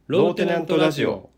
ローテナントラジオ。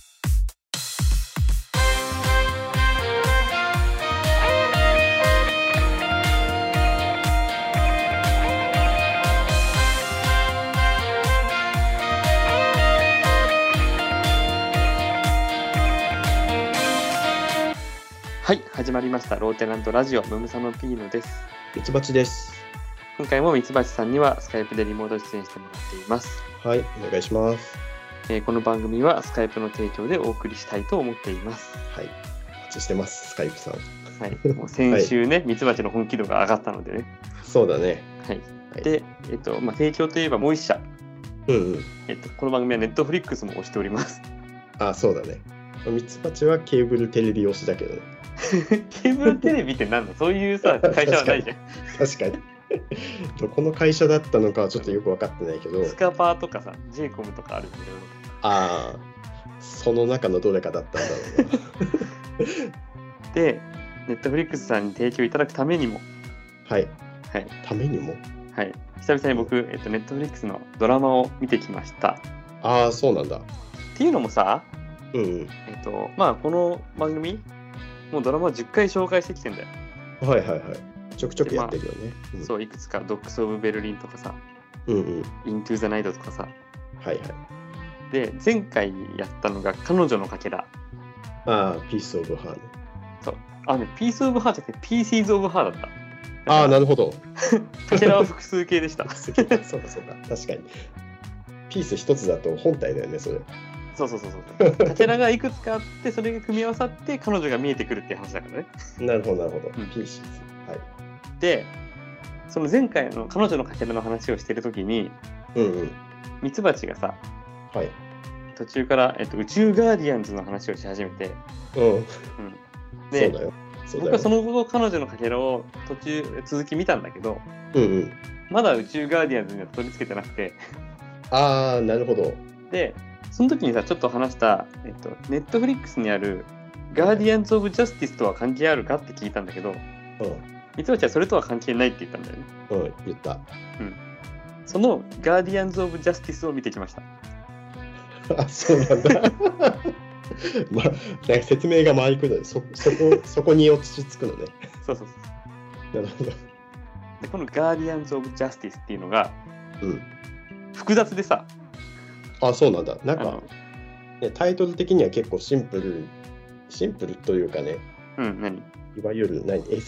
はい、始まりましたローテナントラジオ、ムムサノピーノです。 ミツバチです。 今回もミツバチさんにはスカイプでリモート出演してもらっています。 はい、お願いします。 この番組はスカイプの提供でお送りしたいと思っています。 はい、お待ちしてます、スカイプさん。 はい、もう先週ね、ミツバチの本気度が上がったのでね。 そうだね。 はい。 はい、 で、提供といえばもう一社。 うんうん。 この番組はネットフリックスも推しております。 あ、そうだね。ミツバチはケーブルテレビ推しだけどね。 ケーブルテレビって何だ？そういうさ、会社はないじゃん。 確かに。どこの会社だったのかはちょっとよく分かってないけど。 スカパーとかさ、ジェイコムとかあるんだけど。 ああ、その中のどれかだったんだろうな。 で、ネットフリックスさんに提供いただくためにも。 はい。 はい。 ためにも。 はい。久々に僕、ネットフリックスのドラマを見てきました。 ああ、そうなんだ。 っていうのもさ、 うんうん。 まあこの番組もうドラマを10回紹介してきてんだよ。 はいはいはい。ちょくちょくやってるよね。 まあそう、いくつかドッグス・オブ・ベルリンとかさ、 うんうん。 イントゥ・ザ・ナイトとかさ。 はいはい。 で、前回やったのが彼女のかけら。 ああ、ピース・オブ・ハーね。 そう。あ、ね、ピース・オブ・ハーじゃなくて、ピーシーズ・オブ・ハーだった。 ああ、なるほど。 かけらは複数形でした。 そうかそうか、確かに。ピース一つだと本体だよね、それ。 そう。かけらがいくつかあって、それが組み合わさって彼女が見えてくるっていう話だからね。 なるほど、なるほど。 うん、 ピース。はい。 で、その前回の彼女のかけらの話をしてるときに、 うんうん。 ミツバチがさ、 はい。 途中から、宇宙ガーディアンズの話をし始めて、 うん。 で、 そうだよ。 僕はその後彼女のかけらを途中続き見たんだけど、 うんうん。 まだ宇宙ガーディアンズには取り付けてなくて、 ああ、なるほど。 で、その時にさ、ちょっと話した、ネットフリックスにあるガーディアンズ・オブ・ジャスティスとは関係あるかって聞いたんだけど、ミツバチはそれとは関係ないって言ったんだよね。 うん、言った。 うん。そのガーディアンズ・オブ・ジャスティスを見てきました。 あ、そうなんだ。まあ、なんか説明が回りくどい。そこに落ち着くのね。 そう。 なるほど。 で、このガーディアンズ・オブ・ジャスティスっていうのが、 うん。 複雑でさ。 あ、そうなんだ。なんか、ね、タイトル的には結構シンプルというかね。 うん、何？ いわゆる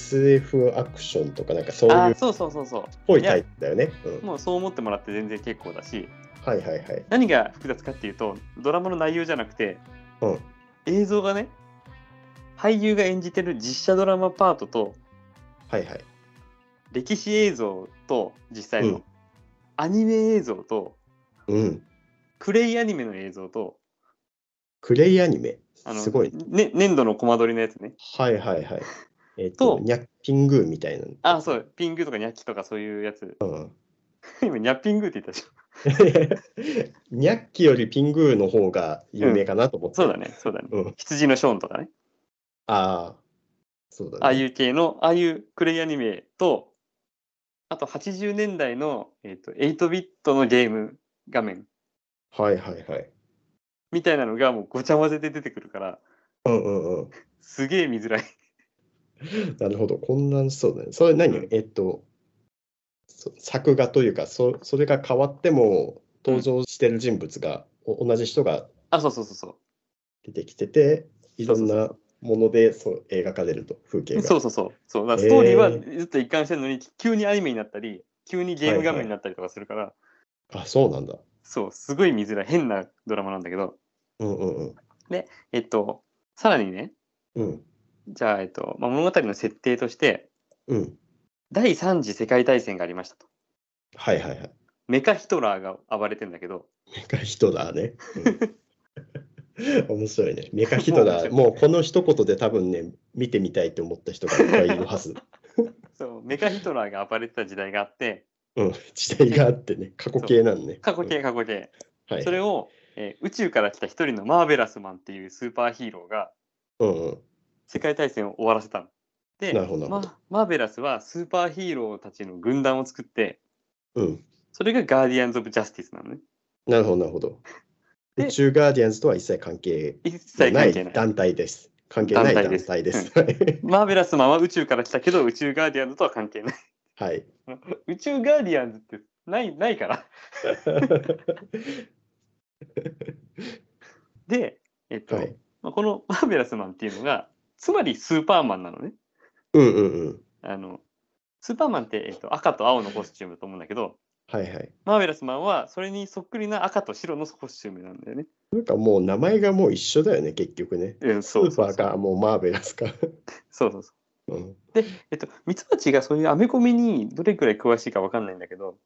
SF アクションとかなんかそういうっそうぽいタイプだよね。 もうそう思ってもらって全然結構だし、 はい。 何が複雑かっていうと、ドラマの内容じゃなくて、映像がね、俳優が演じてる実写ドラマパートと、歴史映像と実際のアニメ映像と、クレイアニメの映像と、 クレイアニメすごい、 ね、粘土のコマ撮りのやつね。 はい。とニャッピングーみたいな。 あ、そう、ピングーとかニャッキとかそういうやつ。今ニャッピングーって言ったでしょ。 ニャッキよりピングーの方が有名かなと思って。 そうだね。羊のショーンとかね。 ああ、そうだね。 ああいう系の、ああいうクレイアニメと、あと80年代の、8ビットのゲーム画面。 はい。 みたいなのがもうごちゃ混ぜで出てくるから、すげえ見づらい。 なるほど、混乱しそうだね。それ何？作画というか、それが変わっても登場してる人物が、同じ人が出てきてて、いろんなもので描かれると、風景が。 そう。だからストーリーはずっと一貫してるのに、急にアニメになったり、急にゲーム画面になったりとかするから。 あ、そうなんだ。 そう、すごい見づらい、変なドラマなんだけど。で、さらにね、じゃあ、物語の設定として、第3次世界大戦がありましたと。 はい。 メカヒトラーが暴れてんだけど。 メカヒトラーね。面白いね。メカヒトラー、もうこの一言で多分ね、見てみたいと思った人がいっぱいいるはず。 そう、メカヒトラーが暴れてた時代があって、 時代があってね、過去形なんね。 過去形。それを、宇宙から来た一人のマーベラスマンっていうスーパーヒーローが、世界大戦を終わらせたの。で、マーベラスはスーパーヒーローたちの軍団を作って、それがガーディアンズ・オブ・ジャスティスなのね。 なるほど。 宇宙ガーディアンズとは一切関係ない団体です。関係ない団体です。 マーベラスマンは宇宙から来たけど、宇宙ガーディアンズとは関係ない。 はい。 宇宙ガーディアンズってないから。で、はい、このマーベラスマンっていうのが、つまりスーパーマンなのね。スーパーマンって、赤と青のコスチュームと思うんだけど、 はいはい、 マーベラスマンはそれにそっくりな赤と白のコスチュームなんだよね。 なんかもう名前がもう一緒だよね、結局ね。スーパーかもうマーベラスか。 そうそうそう。で、ミツバチがそういうアメコミにどれくらい詳しいか分かんないんだけど、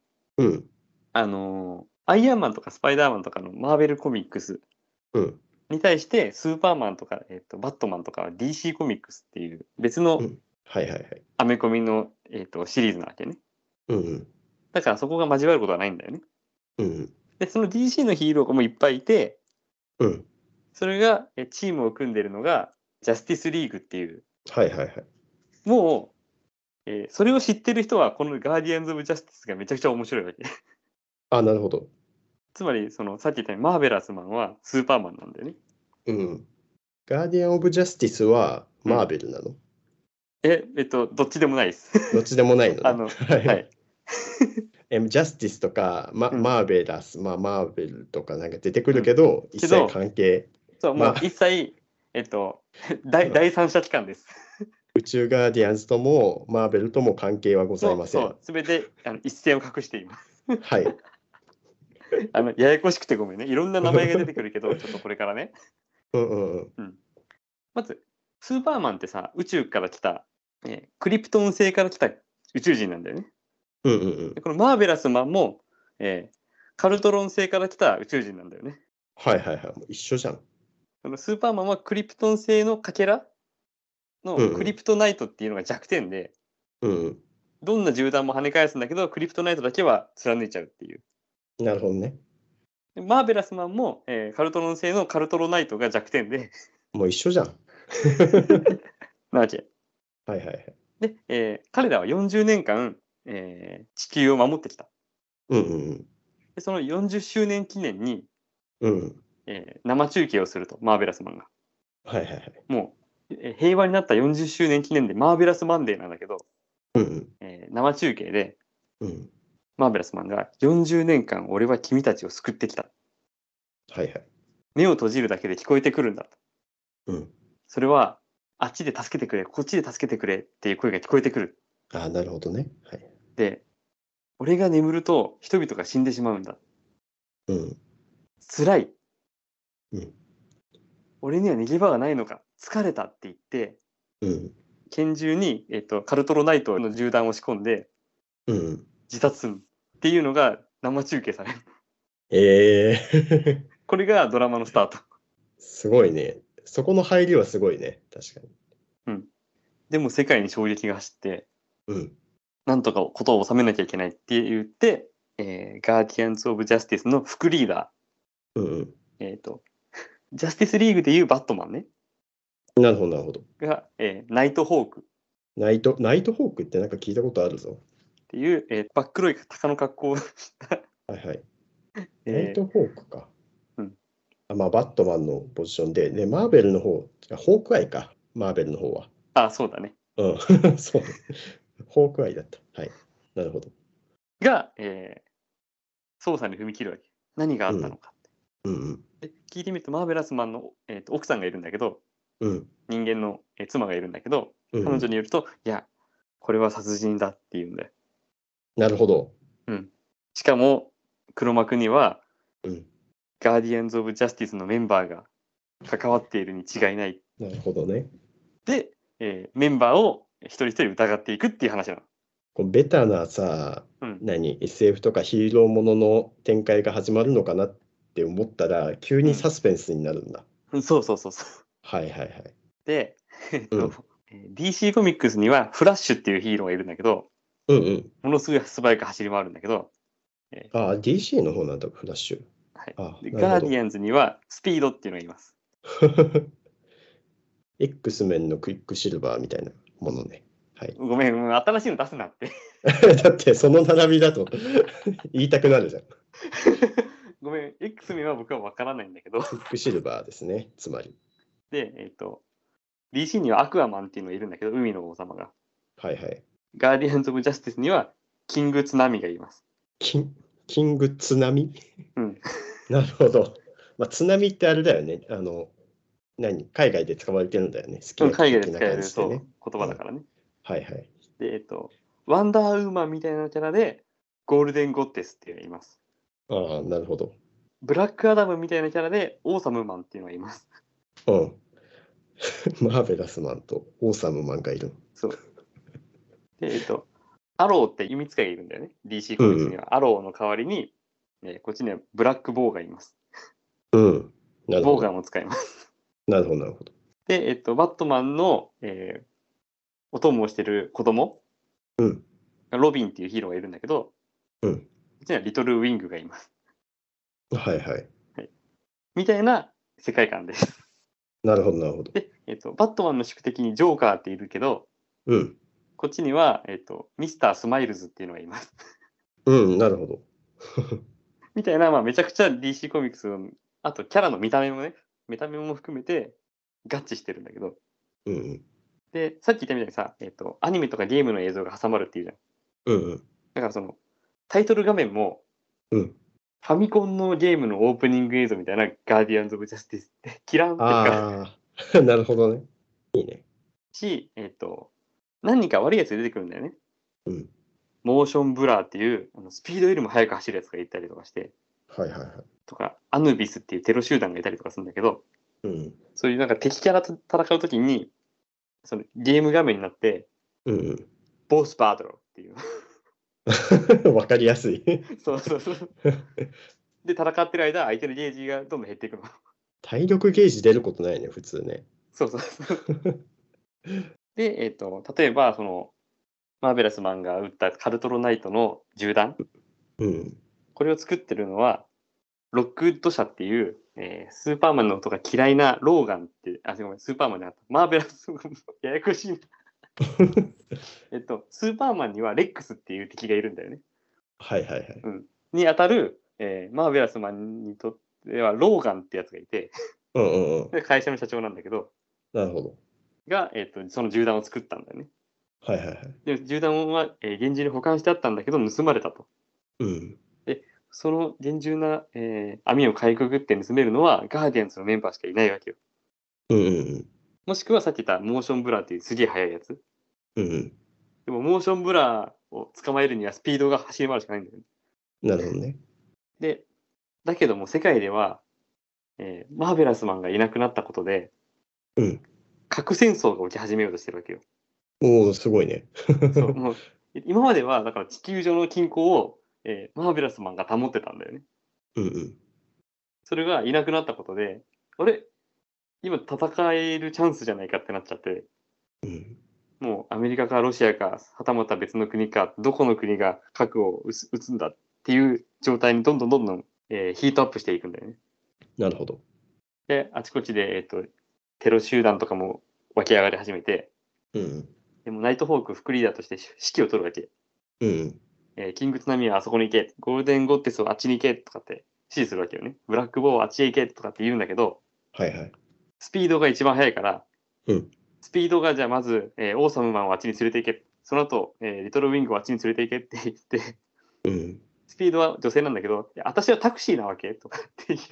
アイアンマンとかスパイダーマンとかのマーベルコミックスに対して、スーパーマンとか、バットマンとかは DC コミックスっていう別のアメコミの、シリーズなわけね。だからそこが交わることはないんだよね。で、その DC のヒーローがもういっぱいいて、それがチームを組んでるのがジャスティスリーグっていう。もう、それを知ってる人はこのガーディアンズ・オブ・ジャスティスがめちゃくちゃ面白いわけ。 あ、なるほど。 つまり、さっき言ったようにマーベラスマンはスーパーマンなんだよね。 ガーディアン・オブ・ジャスティスはマーベルなの？ どっちでもないです。 どっちでもないのね。はい。ジャスティスとか、マーベラス、マーベルとかなんか出てくるけど、一切関係。 そう、もう一切、第三者機関です。 宇宙ガーディアンズともマーベルとも関係はございません。そう、 すべて一線を隠しています。 はい。 ややこしくてごめんね。いろんな名前が出てくるけど、ちょっとこれからね。まず、スーパーマンってさ、宇宙から来た、クリプトン星から来た宇宙人なんだよね。このマーベラスマンも、カルトロン星から来た宇宙人なんだよね。 はいはいはい。一緒じゃん。 スーパーマンはクリプトン星のかけらのクリプトナイトっていうのが弱点で、どんな銃弾も跳ね返すんだけど、クリプトナイトだけは貫いちゃうっていう。 なるほどね。 マーベラスマンも、カルトロン製のカルトロナイトが弱点で。 もう一緒じゃん。 なわけ。 はいはいはい。 で、彼らは40年間、地球を守ってきた。でその40周年記念に、生中継をすると、マーベラスマンが。 はいはいはい。 もう、平和になった40周年記念でマーベラスマンデーなんだけど、生中継で、マーベラスマンが40年間俺は君たちを救ってきた。 はいはい。 目を閉じるだけで聞こえてくるんだと。それはあっちで助けてくれ、こっちで助けてくれっていう声が聞こえてくる。 あ、なるほどね。はい。 で、俺が眠ると人々が死んでしまうんだ。辛い。俺には逃げ場がないのか。疲れたって言って、拳銃に、カルトロナイトの銃弾を仕込んで、自殺するっていうのが生中継される。これがドラマのスタート。 すごいね。そこの入りはすごいね。確かに。 でも世界に衝撃が走って、なんとかことを収めなきゃいけないって言って、ガーディアンズ・オブ・ジャスティスの副リーダー。ジャスティスリーグでいうバットマンね。 なるほど、なるほど。 が、ナイトホーク。 ナイトホークってなんか聞いたことあるぞ。 っていう、真っ黒い鷹の格好をした。 はいはい。ナイトホークか。まあ、バットマンのポジションで、ね、マーベルの方、ホークアイか、マーベルの方は。 あ、そうだね。 そう。ホークアイだった。はい。なるほど。 が、捜査に踏み切るわけ。何があったのかって。で聞いてみると、マーベラスマンの、奥さんがいるんだけど、人間の、妻がいるんだけど、彼女によると、いや、これは殺人だって言うんだよ。 なるほど。 しかも、黒幕には、ガーディアンズ・オブ・ジャスティスのメンバーが関わっているに違いない。 なるほどね。 で、メンバーを一人一人疑っていくっていう話なの。 こうベタなさ、SF とかヒーローものの展開が始まるのかなって思ったら、急にサスペンスになるんだ。 そうそうそうそう。はいはいはい。 で、DC コミックスにはフラッシュっていうヒーローがいるんだけど、ものすごい素早く走り回るんだけど、 DC の方なんだ、フラッシュ。 ガーディアンズにはスピードっていうのがいます。 X メンのクイックシルバーみたいなものね。はい、 ごめん、新しいの出すなって。 だってその並びだと言いたくなるじゃん。 ごめん、X 名は僕は分からないんだけど。 クイックシルバーですね、つまり。 で、DC にはアクアマンっていうのがいるんだけど、海の王様が。 はいはい。 ガーディアンズ・オブ・ジャスティスには、キング・津波がいます。 キング津波うん。 なるほど。まあ、津波ってあれだよね。海外で使われてるんだよね。好きな海外で使える、そう、言葉だからね。 はいはい。 で、ワンダーウーマンみたいなキャラで、ゴールデン・ゴッテスっていうのがいます。 ああ、なるほど。 ブラックアダムみたいなキャラで、オーサムマンっていうのがいます。 うん。マーベラスマンとオーサムマンがいる。 そう。で、アローって弓使いがいるんだよね。DC コミックスには。アローの代わりに、こっちにはブラックボーがいます。 うん。なるほど。 ボーガンも使います。 なるほど、なるほど。 で、バットマンの、お供をしてる子供、 うん、 ロビンっていうヒーローがいるんだけど、 うん、 こっちにはリトルウィングがいます。 はいはい。 みたいな世界観です。 なるほど、なるほど。 で、バットマンの宿敵にジョーカーっているけど、 うん。 こっちには、ミスタースマイルズっていうのがいます。 うん、なるほど。 みたいな、まあ、めちゃくちゃ DC コミックスの、あとキャラの見た目も含めて合致してるんだけど、 うん、 で、さっき言ったみたいにさ、アニメとかゲームの映像が挟まるっていうじゃん。 うん、うん。 だからその、タイトル画面も、 うん、 ファミコンのゲームのオープニング映像みたいなガーディアンズ・オブ・ジャスティスってキランってああ、なるほどね。いいね。 し、何人か悪いやつ出てくるんだよね。 うん。 モーションブラーっていうスピードよりも速く走るやつがいたりとかして、 はいはいはい。 とか、アヌビスっていうテロ集団がいたりとかするんだけど、 うん。 そういうなんか敵キャラと戦うときに、そのゲーム画面になって、 うん、 ボスバードロっていう。 わかりやすい。 そうそうそう。で、戦ってる間、相手のゲージがどんどん減っていくの。 体力ゲージ出ることないね、普通ね。 そうそうそう。で、例えば、マーベラスマンが撃ったカルトロナイトの銃弾、 うん。 これを作ってるのは、ロックウッド社っていう、スーパーマンの音が嫌いなローガンって、ごめん、スーパーマンじゃなかった。マーベラス、ややこしいな。スーパーマンにはレックスっていう敵がいるんだよね。 はいはいはい。 うん。に当たる、マーベラスマンにとってはローガンってやつがいて、 うんうんうん。 で会社の社長なんだけど、 なるほど。 が、その銃弾を作ったんだよね。 はいはいはい。 で、銃弾は、厳重に保管してあったんだけど、盗まれたと。 うん。 で、その厳重な、網をかいくぐって盗めるのは、ガーディアンズのメンバーしかいないわけよ。 うんうんうん。 もしくはさっき言ったモーションブラーっていうすげえ速いやつ。 うんうん。 でも、モーションブラーを捕まえるにはスピードが走り回るしかないんだよね。 なるほどね。 で、だけども世界では、マーベラスマンがいなくなったことで、 うん。 核戦争が起き始めようとしてるわけよ。 おお、すごいね。 そう、もう、今までは、だから地球上の均衡を、マーベラスマンが保ってたんだよね。 うんうん。 それがいなくなったことで、あれ今戦えるチャンスじゃないかってなっちゃって、 うん。 もうアメリカかロシアか、はたまた別の国か、どこの国が核を撃つんだっていう状態にどんどん、ヒートアップしていくんだよね。 なるほど。 で、あちこちで、テロ集団とかも湧き上がり始めて、 うん。 でもナイトホーク副リーダーとして指揮を取るわけ。 うん。 キング津波はあそこに行け、ゴールデンゴッテスをあっちに行けとかって指示するわけよね。ブラックボーはあっちへ行けとかって言うんだけど、 はいはい。 スピードが一番速いから、 うん。 スピードがじゃあまず、オーサムマンをあっちに連れて行け。その後、リトルウィングをあっちに連れて行けって言って、 うん。 スピードは女性なんだけど、私はタクシーなわけとかっていう。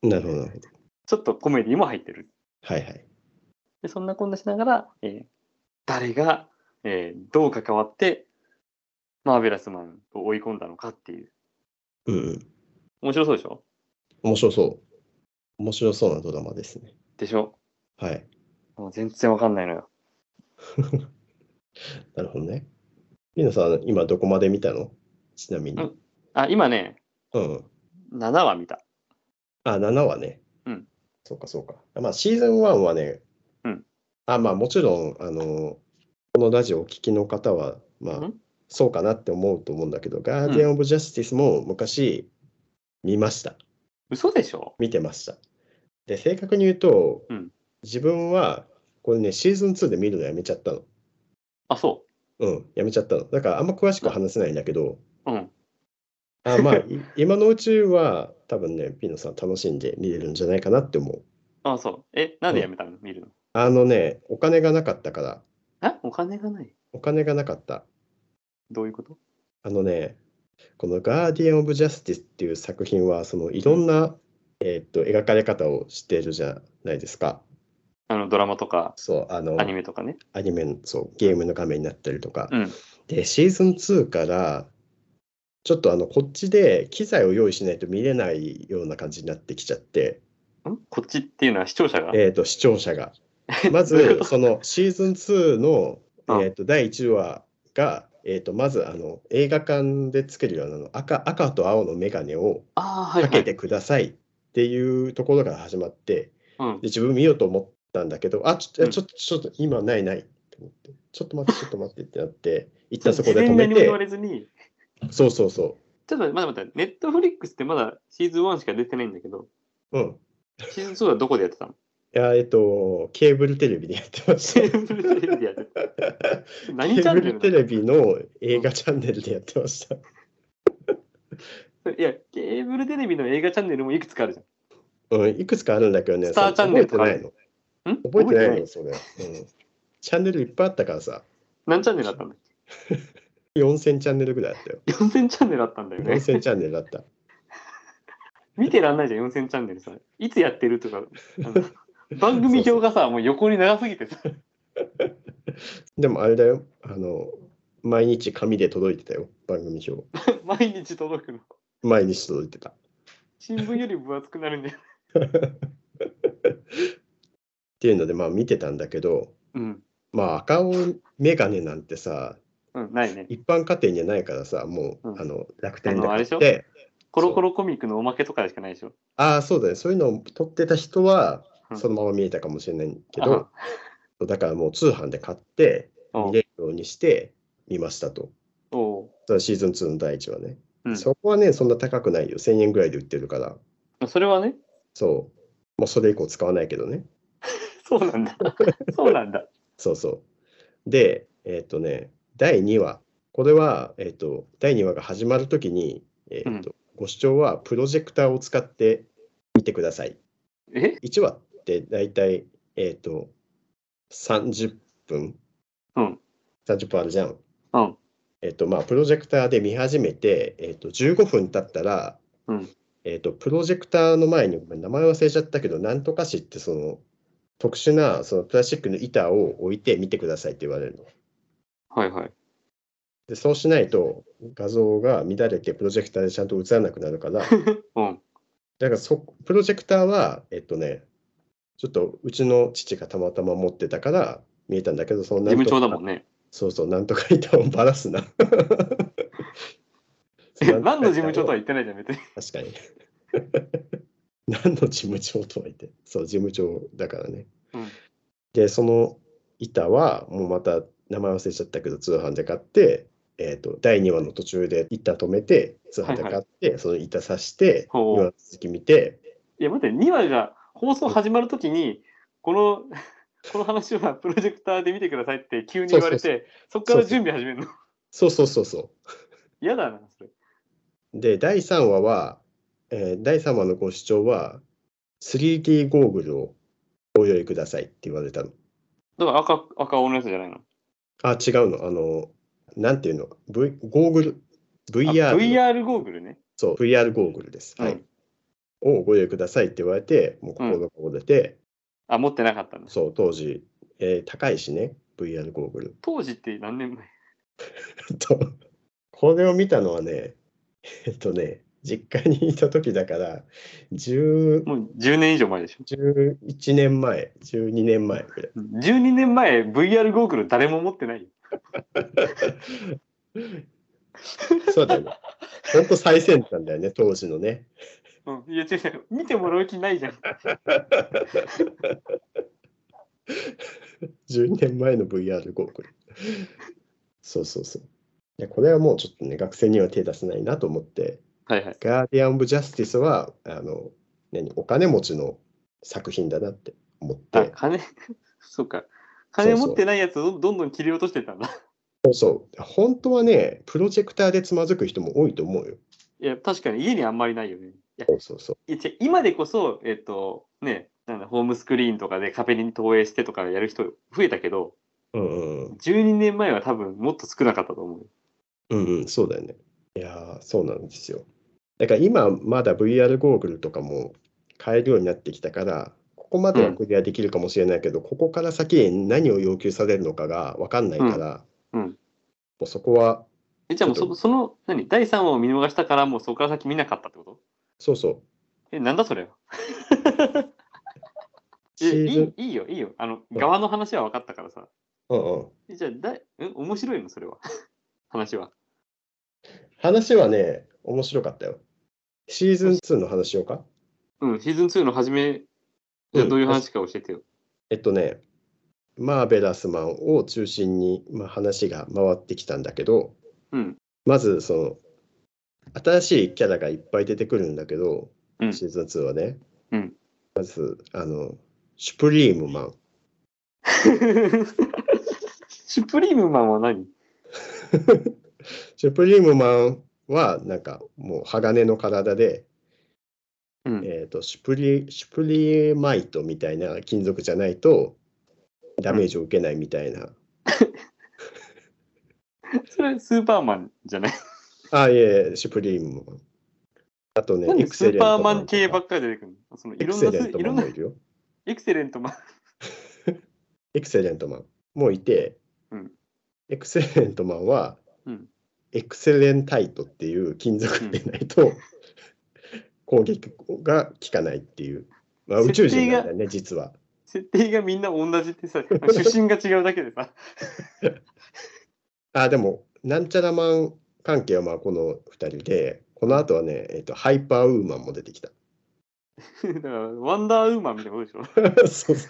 なるほど、なるほど。 ちょっとコメディも入ってる。 はいはい。 でそんなこんなしながら、誰が、どう関わって、マーベラスマンを追い込んだのかっていう。 うんうん。 面白そうでしょ？ 面白そう。面白そうなドラマですね。 でしょ？ はい。 もう全然わかんないのよ。 なるほどね。リナさん、今どこまで見たの？ちなみに。 今ね、 うん。 7話見た。 7話ね。 うん。 そうかそうか。まあ、シーズン1はね、 うん。 まあもちろん、このラジオをお聞きの方は、まあ、そうかなって思うと思うんだけど、ガーディアン・オブ・ジャスティスも昔見ました。 嘘でしょ？ 見てました。で、正確に言うと、自分は、これね、シーズン2で見るのやめちゃったの。 あ、そう。 やめちゃったの。だからあんま詳しくは話せないんだけど、 まあ、今の宇宙は多分ね、ピノさん楽しんで見れるんじゃないかなって思う。 そう。なんでやめたの、見るの？ お金がなかったから。 お金がない？ お金がなかった。 どういうこと？ このガーディアン・オブ・ジャスティスっていう作品は、いろんな、描かれ方をしてるじゃないですか。 ドラマとか、 そう、 アニメとかね。 アニメ、そう、ゲームの画面になったりとか。 うん。 で、シーズン2から、ちょっとこっちで機材を用意しないと見れないような感じになってきちゃって。 こっちっていうのは視聴者が？ 視聴者が。まず、そのシーズン2の、第1話が、まず映画館でつけるような赤と青のメガネをかけてくださいっていうところから始まって、で自分見ようと思ったんだけど、ちょっと今ないと思って、ちょっと待ってってなって、一旦そこで止めて。そう。ちょっと待って、ネットフリックスってまだシーズン1しか出てないんだけど、シーズン2はどこでやってたの？ いや、ケーブルテレビでやってました。 ケーブルテレビでやってた。 何チャンネル？ケーブルテレビの映画チャンネルでやってました。 いや、ケーブルテレビの映画チャンネルもいくつかあるじゃん。いくつかあるんだけどね、 スターチャンネルとか覚えてないの？覚えてないのそれ。チャンネルいっぱいあったからさ。 何チャンネルあったんだっけ？ 4000 チャンネルぐらいあったよ。 4000チャンネルあったんだよね。 4000チャンネルあった。 見てらんないじゃん、4000チャンネルさ。いつやってるとか。番組表がさ、もう横に長すぎてさ。 でもあれだよ。毎日紙で届いてたよ、番組表。 毎日届くの？ 毎日届いてた。 新聞より分厚くなるんだよ。 っていうので、見てたんだけど、赤青メガネなんてさ、 ないね。 一般家庭にはないからさ、もう、楽天で買って。 コロコロコミックのおまけとかでしかないでしょ。 そうだね。そういうのを撮ってた人は、そのまま見えたかもしれないけど、だからもう通販で買って、見れるようにして見ましたと。シーズン2の第1話ね。そこはね、そんな高くないよ。1000円ぐらいで売ってるから。 それはね。 そう。もうそれ以降使わないけどね。 そうなんだ。そうなんだ。 そう。で、第2話。これは、第2話が始まるときに、ご視聴はプロジェクターを使って見てください。1話ってだいたい30分、30分あるじゃん。プロジェクターで見始めて、15分経ったら、プロジェクターの前に、名前忘れちゃったけど、なんとかしって特殊なプラスチックの板を置いて見てくださいって言われるの。でそうしないと画像が乱れてプロジェクターでちゃんと映らなくなるから、だからプロジェクターは、ちょっとうちの父がたまたま持ってたから見えたんだけど、 事務長だもんね。 そう、なんとか板をばらすな。 何の事務長とは言ってないじゃん、別に。 確かに。何の事務長とは言って。そう、事務長だからね。で、その板は、もうまた名前忘れちゃったけど、通販で買って、第2話の途中で板止めて、通販で買って、その板刺して、2話の続き見て。 いや、待って、2話が放送始まるときに、この話はプロジェクターで見てくださいって急に言われて、そこから準備始めるの。 そう。 嫌だな、それ。 で、第3話は、第3話のご視聴は、3D ゴーグルをご用意くださいって言われたの。 だから赤青のやつじゃないの？ 違うの。なんていうの、ゴーグル、 VR ゴーグルね。 そう、VR ゴーグルです。はい。をご用意くださいって言われて、もう心が折れて。 持ってなかったんだ。 そう、当時、高いしね、VR ゴーグル。 当時って何年前？ これを見たのはね、実家にいた時だから、 もう10年以上前でしょ。 11年前、12年前ぐらい。 12年前、VR ゴーグル誰も持ってないよ。 そうだよね。ほんと最先端だよね、当時のね。 いや違う、見てもらう気ないじゃん。 12年前の VR ゴーグル。そう。いやこれはもうちょっとね、学生には手出せないなと思って、ガーディアン・オブ・ジャスティスはお金持ちの作品だなって思って。 そうか。金持ってないやつをどんどん切り落としてたんだ。 そう。本当はね、プロジェクターでつまずく人も多いと思うよ。 いや、確かに家にあんまりないよね。いや、 そうそう。 今でこそ、ね、なんだ、ホームスクリーンとかで壁に投影してとかやる人増えたけど、12年前は多分もっと少なかったと思う。 そうだよね。いやそうなんですよ。だから今まだ VR ゴーグルとかも買えるようになってきたから、ここまではクリアできるかもしれないけど、ここから先に何を要求されるのかが分かんないから、もうそこは。 じゃあもうその、第3話を見逃したから、もうそこから先見なかったってこと？ そうそう。 なんだそれは。いいよ。側の話は分かったからさ。じゃあ、面白いのそれは。話は。 話はね、面白かったよ。シーズン2の話しようか？ シーズン2の初め、じゃあどういう話か教えてよ。 マーベラスマンを中心に、話が回ってきたんだけど、まずその新しいキャラがいっぱい出てくるんだけど、シーズン2はね、まずシュプリームマン。 シュプリームマンは何？ シュプリームマンはなんかもう鋼の体で、シュプリーマイトみたいな金属じゃないとダメージを受けないみたいな。 それスーパーマンじゃない？ いえ、シュプリームマン。あとね、 エクセレントマン。スーパーマン系ばっかり出てくるの。そのエクセレントマンもいるよ。 エクセレントマン。 エクセレントマンもいて、エクセレントマンは、エクセレンタイトっていう金属でないと、攻撃が効かないっていう。宇宙人なんだよね、実は。 設定がみんな同じってさ、出身が違うだけでさ。 でも、なんちゃらマン関係はこの2人で、この後はね、ハイパーウーマンも出てきた。 だから、ワンダーウーマンみたいなことでしょ。そう。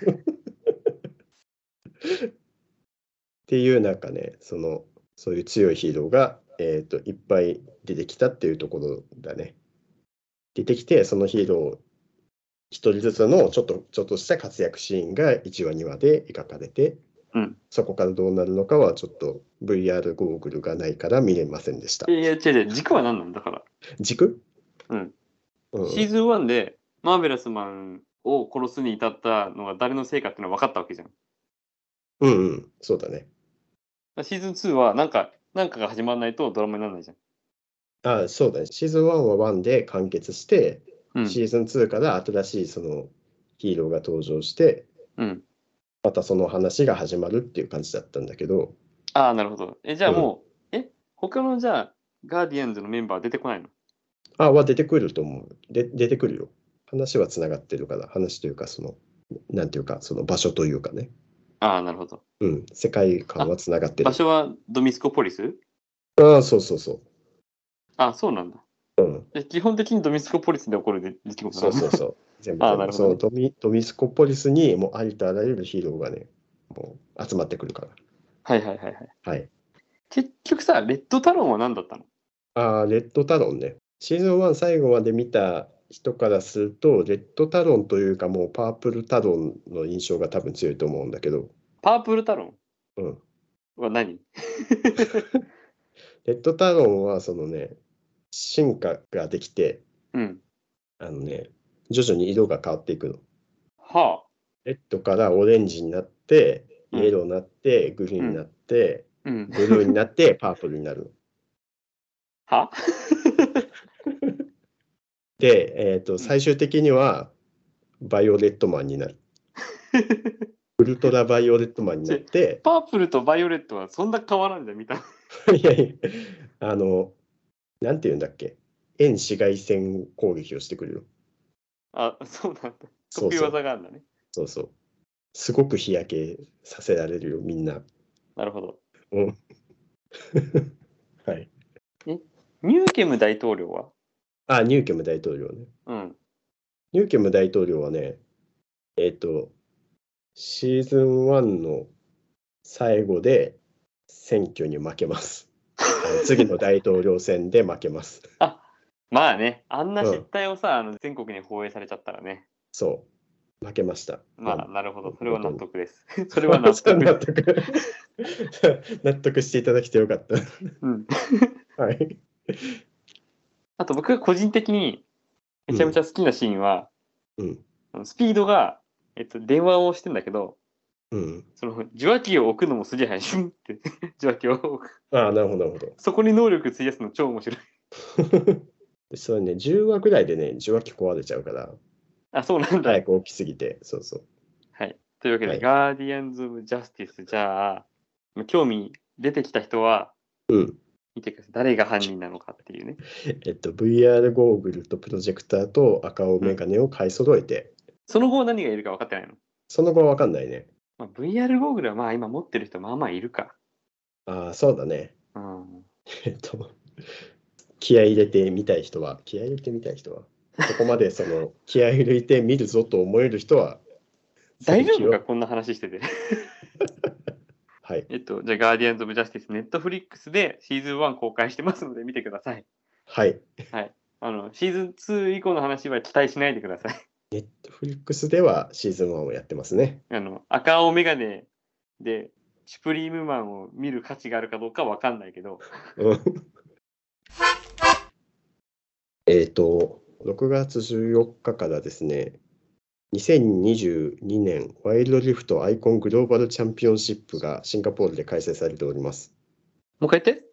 っていうなんかね、そういう強いヒーローが、いっぱい出てきたっていうところだね。出てきて、そのヒーロー一人ずつのちょっとした活躍シーンが1話2話で描かれて、そこからどうなるのかはちょっと VR ゴーグルがないから見れませんでした。 いや、違う、軸は何なんだから。 軸？ シーズン1でマーベラスマンを殺すに至ったのが誰のせいかっていうのは分かったわけじゃん。 そうだね。 シーズン2はなんかが始まらないとドラマにならないじゃん。そうだね。シーズン1は1で完結して、シーズン2から新しいそのヒーローが登場して、またその話が始まるっていう感じだったんだけど。 なるほど。じゃあもう、他のじゃあ、ガーディアンズのメンバー出てこないの？ は出てくると思う。出てくるよ。話はつながってるから、話というか、なんていうか、その場所というかね。 なるほど。 世界観はつながってる。 場所はドミスコポリス？ そうそうそう。 そうなんだ。基本的にドミスコポリスで起こる出来事なんだ。そう。全部。なるほど、ね、ドミスコポリスにもうありとあらゆるヒーローがね、もう集まってくるから。はい。 結局さ、レッドタロンは何だったの？ レッドタロンね。シーズン1最後まで見た人からすると、レッドタロンというかもうパープルタロンの印象が多分強いと思うんだけど。 パープルタロンは何？ レッドタロンはそのね、進化ができて、徐々に色が変わっていくの。レッドからオレンジになって、イエローになって、グリーンになって、ブルーになって、パープルになる。で、最終的には、バイオレットマンになる。ウルトラバイオレットマンになって。 パープルとバイオレットはそんな変わらんじゃん、見た。 いやいや、なんて言うんだっけ。遠紫外線攻撃をしてくるよ。 そうなんだ。得意技があるんだね。 そう。すごく日焼けさせられるよ、みんな。 なるほど。 はい。 ニューケム大統領は？ ニューケム大統領ね。ニューケム大統領はね、シーズン1の最後で選挙に負けます。次の大統領選で負けます。 まあね、あんな失態をさ、全国に放映されちゃったらね。 そう、負けました。 なるほど、それは納得です。それは納得。 納得していただきてよかった。はい。 あと僕が個人的にめちゃめちゃ好きなシーンは、スピードが、電話をしてんだけど、その受話器を置くのもすげえ早い。シュンって受話器を置く。 ああ、なるほど、なるほど。 そこに能力費やすの超面白い。 そうね、10話ぐらいでね、受話器壊れちゃうから。 あ、そうなんだ。 早く大きすぎて、そうそう。 はい。というわけで、ガーディアンズ・オブ・ジャスティス、じゃあ、興味出てきた人は、見てください。誰が犯人なのかっていうね。 VR ゴーグルとプロジェクターと赤尾メガネを買い揃えて。 その後何がいるか分かってないの？ その後は分かんないね。 VR ゴーグルはまあ今持ってる人まあまあいるか。 ああ、そうだね。気合い入れてみたい人は、そこまで気合い入れて見るぞと思える人は、 大丈夫か、こんな話してて。 はい。 じゃあ、ガーディアンズ・オブ・ジャスティス、ネットフリックスでシーズン1公開してますので見てください。 はい。 はい。シーズン2以降の話は期待しないでください。 ネットフリックスではシーズン1をやってますね。 赤青メガネで、シュプリームマンを見る価値があるかどうかわかんないけど。 6月14日からですね、2022年ワイルドリフトアイコングローバルチャンピオンシップがシンガポールで開催されております。 もう一回言って。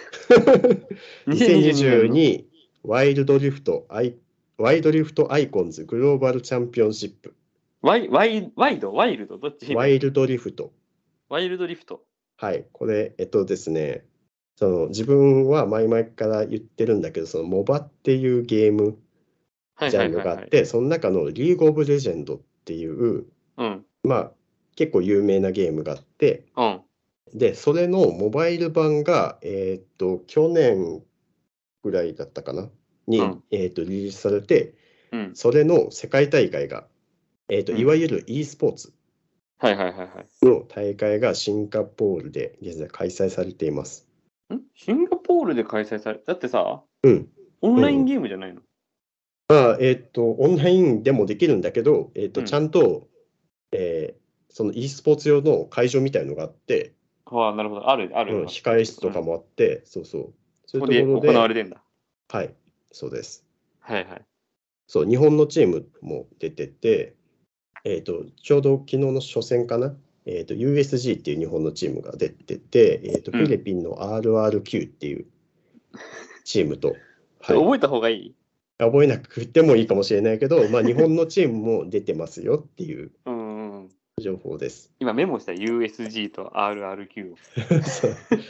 2022ワイルドリフトアイコンズグローバルチャンピオンシップ。 ワイルドどっち？ ワイルドリフト。 ワイルドリフト。 はい、これ、ですね、自分は前々から言ってるんだけど、モバっていうゲームジャンルがあって、その中のリーグオブレジェンドっていう、まあ、結構有名なゲームがあって、で、それのモバイル版が、去年ぐらいだったかなに、リリースされて、それの世界大会が、いわゆる e スポーツの大会がシンガポールで現在開催されています。 シンガポールで開催されだってさ、オンラインゲームじゃないの？ オンラインでもできるんだけど、ちゃんと、その e スポーツ用の会場みたいのがあって、 なるほど、ある。 控え室とかもあって、そう。 そういうところで行われてんだ。 はい、そうです。 はいはい。 そう、日本のチームも出てて、ちょうど昨日の初戦かな、USG っていう日本のチームが出てて、フィリピンの RRQ っていうチームと。 覚えた方がいい？ 覚えなくてもいいかもしれないけど、日本のチームも出てますよっていう情報です。 今メモした USG と RRQ を。 そう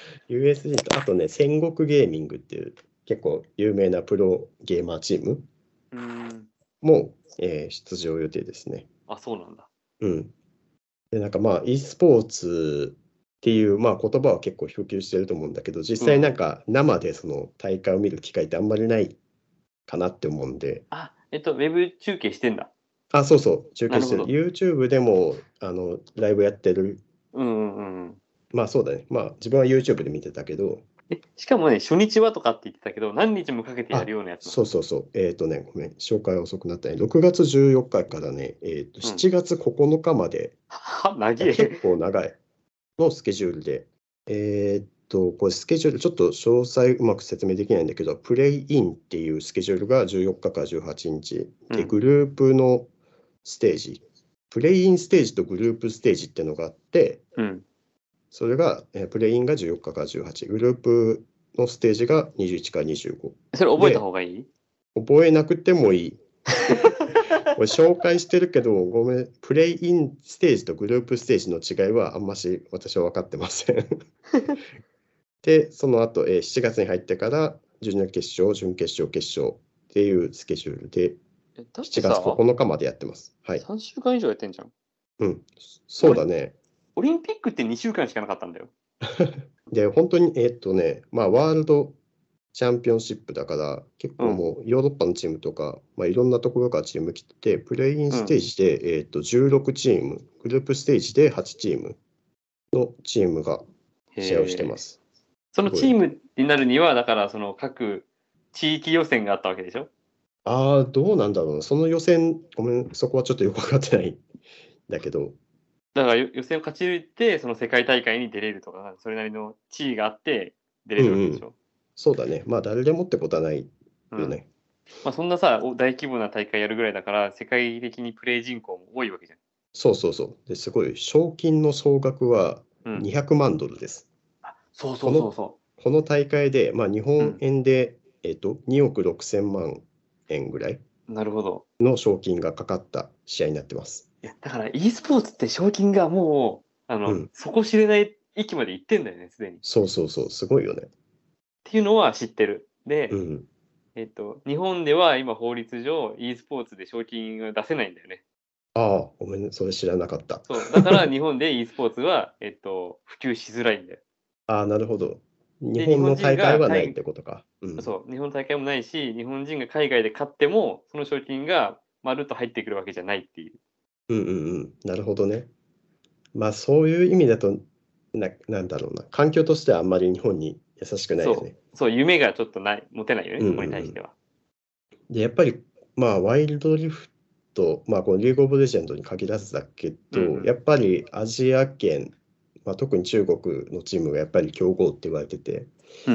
、USG と、あとね、戦国ゲーミングっていう結構有名なプロゲーマーチームも、出場予定ですね。 あ、そうなんだ。 で、なんかe スポーツっていう言葉は結構普及してると思うんだけど、実際なんか生でその大会を見る機会ってあんまりないかなって思うんで。 ウェブ中継してんだ。 あ、そう、中継してる。YouTube でもライブやってる。そうだね。自分は YouTube で見てたけど。 しかもね、初日はとかって言ってたけど、何日もかけてやるようなやつ。 そう。ごめん、紹介遅くなったね。6月14日からね、7月9日まで、結構長いのスケジュールで、これスケジュール、ちょっと詳細うまく説明できないんだけど、プレイインっていうスケジュールが14日から18日、で、グループのステージ、プレイインステージとグループステージっていうのがあって、それが、プレインが14日から18、グループのステージが21から25。 それ覚えた方がいい？ 覚えなくてもいい。これ紹介してるけど、ごめん、プレイインステージとグループステージの違いはあんまし私は分かってません。で、その後、7月に入ってからジュニア決勝、準決勝、決勝っていうスケジュールで、7月9日までやってます。はい。 3週間以上やってんじゃん。 そうだね。 オリンピックって2週間しかなかったんだよ。 で、本当に、ワールドチャンピオンシップだから、結構もうヨーロッパのチームとか、いろんなところからチーム来てて、プレインステージで、16チーム、グループステージで8チームのチームが試合をしてます。 そのチームになるには、だからその各地域予選があったわけでしょ？ どうなんだろうな。その予選、ごめん、そこはちょっとよく分かってないんだけど。 だから予選を勝ち抜いて、その世界大会に出れるとか、それなりの地位があって出れるわけでしょ？ そうだね。誰でもってことはないよね。 まあ、そんなさ、大規模な大会やるぐらいだから、世界的にプレイ人口も多いわけじゃん。 そうそうそう。ですごい、賞金の総額は200万ドルです。 そうそうそうそう。この大会で、まあ、日本円で、2億6千万円ぐらいなるほど。 の賞金がかかった試合になってます。 いやだから e スポーツって賞金がもう、底知れない域まで行ってんだよね、すでに。 そうそうそう、すごいよね。 っていうのは知ってる。で、日本では今法律上 e スポーツで賞金を出せないんだよね。 ああ、ごめんね、それ知らなかった。 そう、だから日本で e スポーツは、普及しづらいんだよ。 ああ、なるほど。日本の大会はないってことか。 そう、日本の大会もないし、日本人が海外で勝っても、その賞金がまるっと入ってくるわけじゃないっていう。 なるほどね。まあそういう意味だと、なんだろうな、環境としてはあんまり日本に優しくないよね。 そう、夢がちょっと持てないよね、そこに対しては。 で、やっぱり、まあワイルドリフト、まあこのリーグオブレジェンドに限らずだけど、やっぱりアジア圏、まあ、特に中国のチームがやっぱり強豪って言われてて、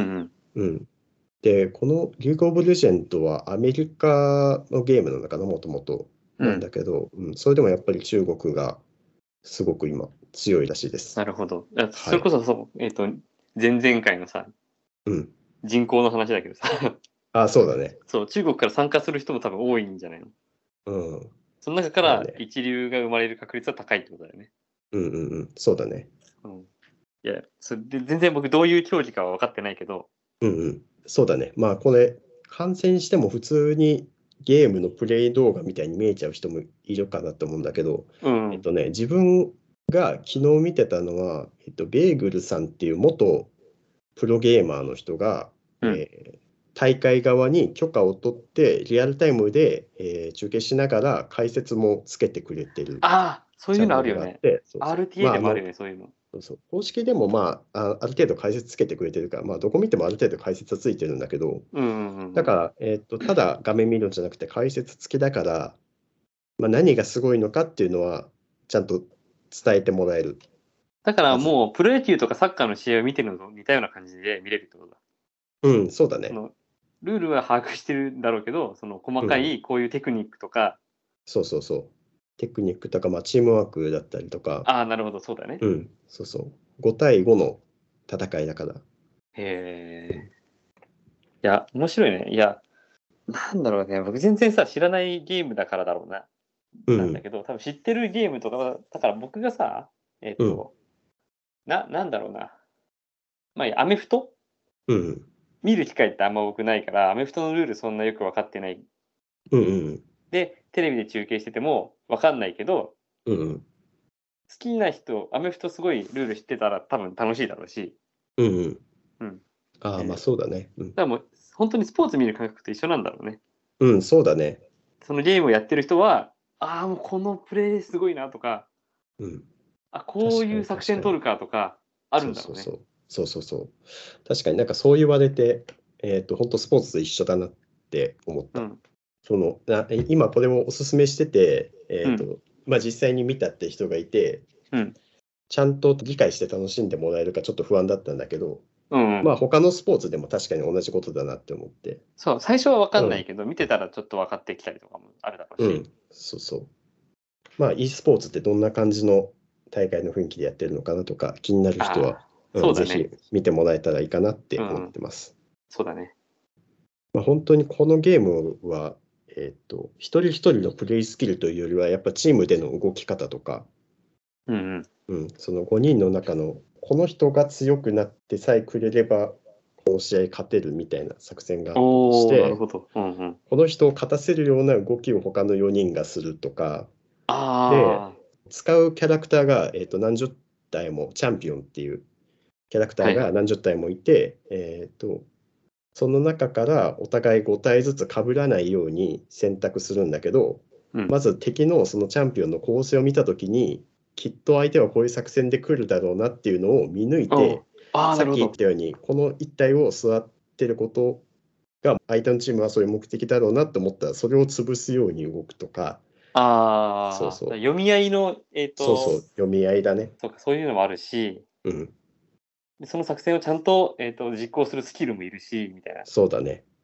で、このリーグオブレジェンドはアメリカのゲームなのかな、もともとなんだけど、それでもやっぱり中国がすごく今強いらしいです。 なるほど。それこそそう、前々回のさ、人口の話だけどさ。 あ、そうだね。 そう、中国から参加する人も多分多いんじゃないの？その中から一流が生まれる確率は高いってことだよね。 そうだね。 いや、それで全然僕どういう競技かは分かってないけど。 そうだね。まあこれ、観戦しても普通にゲームのプレイ動画みたいに見えちゃう人もいるかなと思うんだけど、自分が昨日見てたのは、ベーグルさんっていう元プロゲーマーの人が、大会側に許可を取って、リアルタイムで、中継しながら解説もつけてくれてる。 ああ、そういうのあるよね。RTA でもあるよね、そういうの。 公式でも、まあ、ある程度解説つけてくれてるから、まあ、どこ見てもある程度解説はついてるんだけど、だから、ただ画面見るんじゃなくて解説付きだから、まあ、何がすごいのかっていうのは、ちゃんと伝えてもらえる。 だからもう、プロ野球とかサッカーの試合を見てるのと似たような感じで見れるってことだ。 そうだね。 ルールは把握してるんだろうけど、その細かいこういうテクニックとか。 そうそうそう。テクニックとか、まあ、チームワークだったりとか。 ああ、なるほど、そうだね。 そうそう。5対5の戦いだから。 へえ。いや、面白いね。いや、なんだろうね。僕全然さ、知らないゲームだからだろうな。なんだけど、多分知ってるゲームとか、だから僕がさ、なんだろうな。まあ、アメフト見る機会ってあんま多くないから、アメフトのルールそんなよく分かってない。で、テレビで中継してても分かんないけど、好きな人、アメフトすごいルール知ってたら多分楽しいだろうし。 ああ、まあそうだね。 だからもう、本当にスポーツ見る感覚と一緒なんだろうね。 そうだね。 そのゲームをやってる人は、ああ、もうこのプレイすごいなとか、こういう作戦取るかとか、あるんだろうね。 そう。確かになんかそう言われて、本当スポーツと一緒だなって思った。今これをおすすめしてて、まあ、実際に見たって人がいて、ちゃんと理解して楽しんでもらえるかちょっと不安だったんだけど、まあ他のスポーツでも確かに同じことだなって思って。 そう、最初は分かんないけど、見てたらちょっと分かってきたりとかもあるだろうし。 そう。まあ e スポーツってどんな感じの大会の雰囲気でやってるのかなとか気になる人は、ぜひ見てもらえたらいいかなって思ってます。 そうだね。 まあ、本当にこのゲームは、一人一人のプレイスキルというよりは、やっぱチームでの動き方とか、その5人の中のこの人が強くなってさえくれれば、この試合勝てるみたいな作戦がして、この人を勝たせるような動きを他の4人がするとか、で、使うキャラクターが、何十体も、チャンピオンっていうキャラクターが何十体もいて、その中からお互い5体ずつ被らないように選択するんだけど、まず敵のそのチャンピオンの構成を見たときに、きっと相手はこういう作戦で来るだろうなっていうのを見抜いて、さっき言ったように、この1体を座ってることが、相手のチームはそういう目的だろうなと思ったら、それを潰すように動くとか。 そう。読み合いの、 そう、読み合いだね。 そういうのもあるし、その作戦をちゃんと、実行するスキルもいるし、みたいな。 そうだね。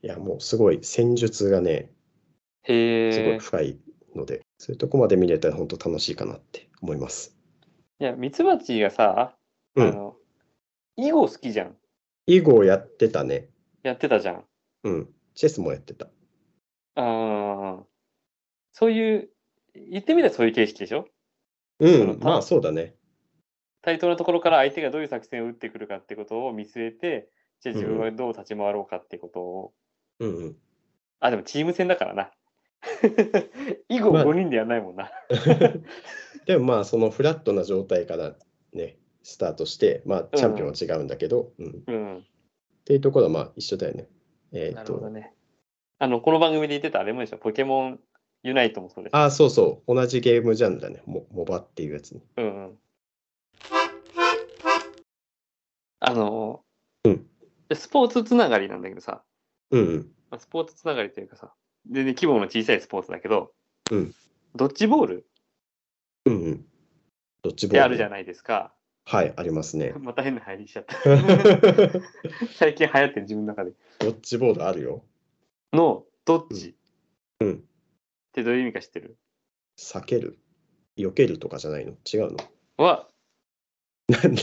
いや、もうすごい戦術がね、すごい深いので、そういうとこまで見れたら本当楽しいかなって思います。 いや、ミツバチがさ、囲碁好きじゃん。 囲碁やってたね。 やってたじゃん。 うん。チェスもやってた。 ああ。そういう、言ってみたらそういう形式でしょ？ まあそうだね。 対等なところから相手がどういう作戦を打ってくるかってことを見据えて、じゃあ自分はどう立ち回ろうかってことを。あ、でもチーム戦だからな。囲碁5人でやらないもんな。 でもまあそのフラットな状態からね、スタートして、まあチャンピオンは違うんだけど、っていうところはまあ一緒だよね。 なるほどね。この番組で言ってたあれもでしょ、ポケモンユナイトもそうです。 ああ、そうそう。同じゲームジャンルだね。モバっていうやつに。 スポーツつながりなんだけどさ。スポーツつながりというかさ、全然規模の小さいスポーツだけど、ドッジボールドッジボールってあるじゃないですか。 はい、ありますね。 また変な入りしちゃった。最近流行ってる自分の中で。 ドッジボールあるよ。 のドッジ。ってどういう意味か知ってる？ 避ける、避けるとかじゃないの？違うの？何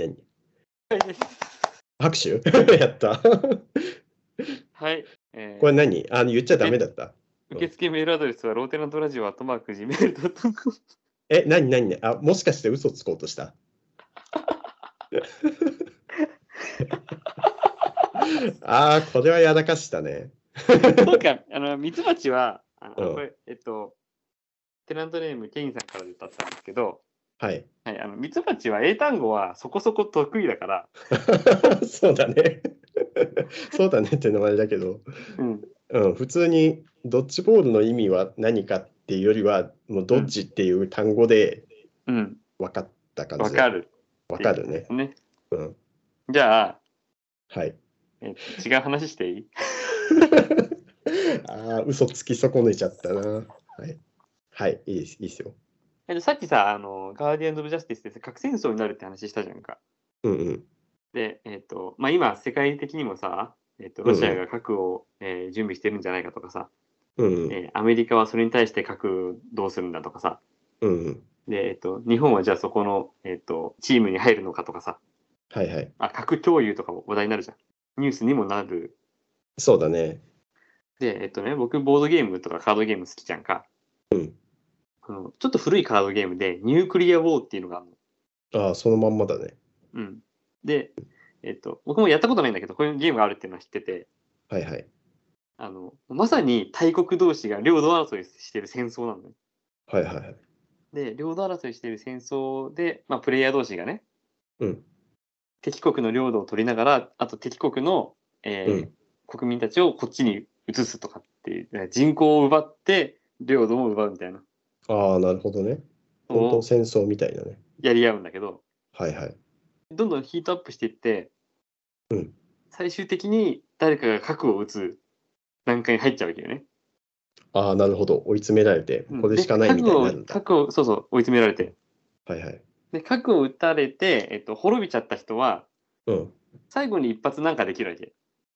拍手やったはい。 これ何？言っちゃダメだった。 受付メールアドレスはローテナントラジオ@gmail.com。 何もしかして嘘つこうとしたこれはやらかしたね。 そうか、ミツバチは、これ、テナントネームケインさんから歌ったんですけど、 はい。 ミツバチは英単語はそこそこ得意だから。 そうだね。そうだねって名前だけど、普通にドッジボールの意味は何かっていうよりは、もうドッジっていう単語で分かった感じで。分かるね。 じゃあ、 はい。 違う話していい？ 嘘つき損ねちゃったな。はい。はい、いいですよ。 さっきさ、ガーディアンズ・オブ・ジャスティスで核戦争になるって話したじゃんか。で、今、世界的にもさ、ロシアが核を、準備してるんじゃないかとかさ、アメリカはそれに対して核どうするんだとかさ、で、日本はじゃあそこの、チームに入るのかとかさ、核共有とかも話題になるじゃん。ニュースにもなる。 そうだね。 で、僕、ボードゲームとかカードゲーム好きじゃんか。ちょっと古いカードゲームで、ニュークリアウォーっていうのがあるの。そのまんまだね。 で、僕もやったことないんだけど、こういうゲームがあるっていうのは知ってて、まさに大国同士が領土争いしてる戦争なのね。で、領土争いしてる戦争で、プレイヤー同士がね、敵国の領土を取りながら、あと敵国の、国民たちをこっちに移すとかっていう、人口を奪って領土も奪うみたいな。 なるほどね。本当戦争みたいなね。 やり合うんだけど、どんどんヒートアップしていって、最終的に誰かが核を撃つ段階に入っちゃうわけよね。 なるほど。追い詰められて、これしかないみたいになるんだ。 そうそう、追い詰められて。で、核を撃たれて、滅びちゃった人は、最後に一発なんかできるわけ。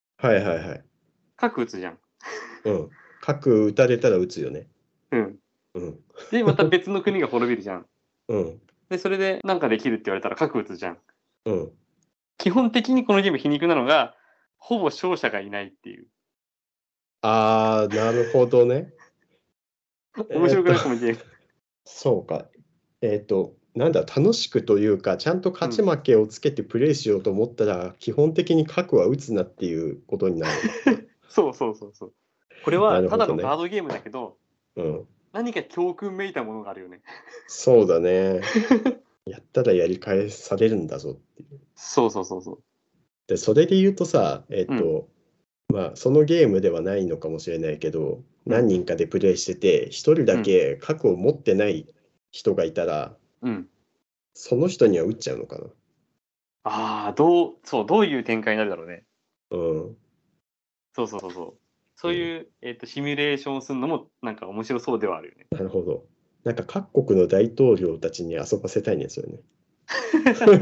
核撃つじゃん。 核撃たれたら撃つよね。 で、また別の国が滅びるじゃん。で、それでなんかできるって言われたら核撃つじゃん。基本的にこのゲーム皮肉なのが、ほぼ勝者がいないっていう。 なるほどね。 面白くないこのゲーム。 そうか。なんだ、楽しくというか、ちゃんと勝ち負けをつけてプレイしようと思ったら、基本的に核は打つなっていうことになる。 そう。これはただのカードゲームだけど、何か教訓めいたものがあるよね。 そうだね。やったらやり返されるんだぞっていう。 そう。 で、それで言うとさ、そのゲームではないのかもしれないけど、何人かでプレイしてて、一人だけ核を持ってない人がいたら、その人には撃っちゃうのかな。 どういう展開になるだろうね。そう。そういう、シミュレーションするのもなんか面白そうではあるよね。 なるほど。なんか各国の大統領たちに遊ばせたいんですよね。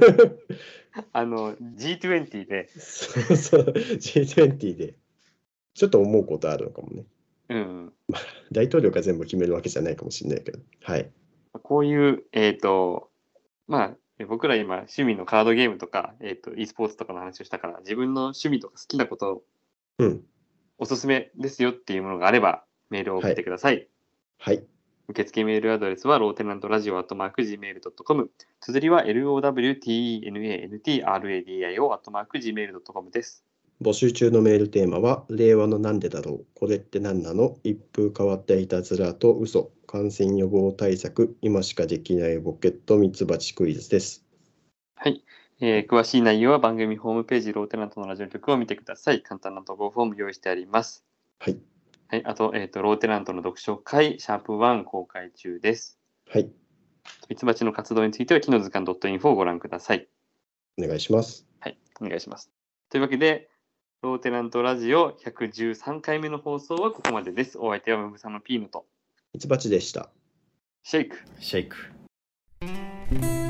G20 で。 そう、G20 で。 ちょっと思うことあるのかもね。 うん。 大統領が全部決めるわけじゃないかもしれないけど。はい。 こういう、まあ、僕ら今、趣味のカードゲームとか、e スポーツとかの話をしたから、自分の趣味とか好きなことを、おすすめですよっていうものがあれば、メールを送ってください。 はい。 受付メールアドレスは、ローテナントラジオ@gmail.com。綴りは、lowtenantradio@gmail.com です。 募集中のメールテーマは、令和のなんでだろう、これって何なの、一風変わったいたずらと嘘、感染予防対策、今しかできないボケットミツバチクイズです。 はい。詳しい内容は番組ホームページ、ローテナントのラジオ局を見てください。簡単な投稿フォーム用意してあります。 はい。 はい。あと、ローテナントの読書会、シャープ1公開中です。 はい。 ミツバチの活動については、木の図鑑 .info をご覧ください。 お願いします。 はい。お願いします。というわけで、ローテナントラジオ113回目の放送はここまでです。お相手はムブサのピーノとミツバチでした。 シェイク。 シェイク。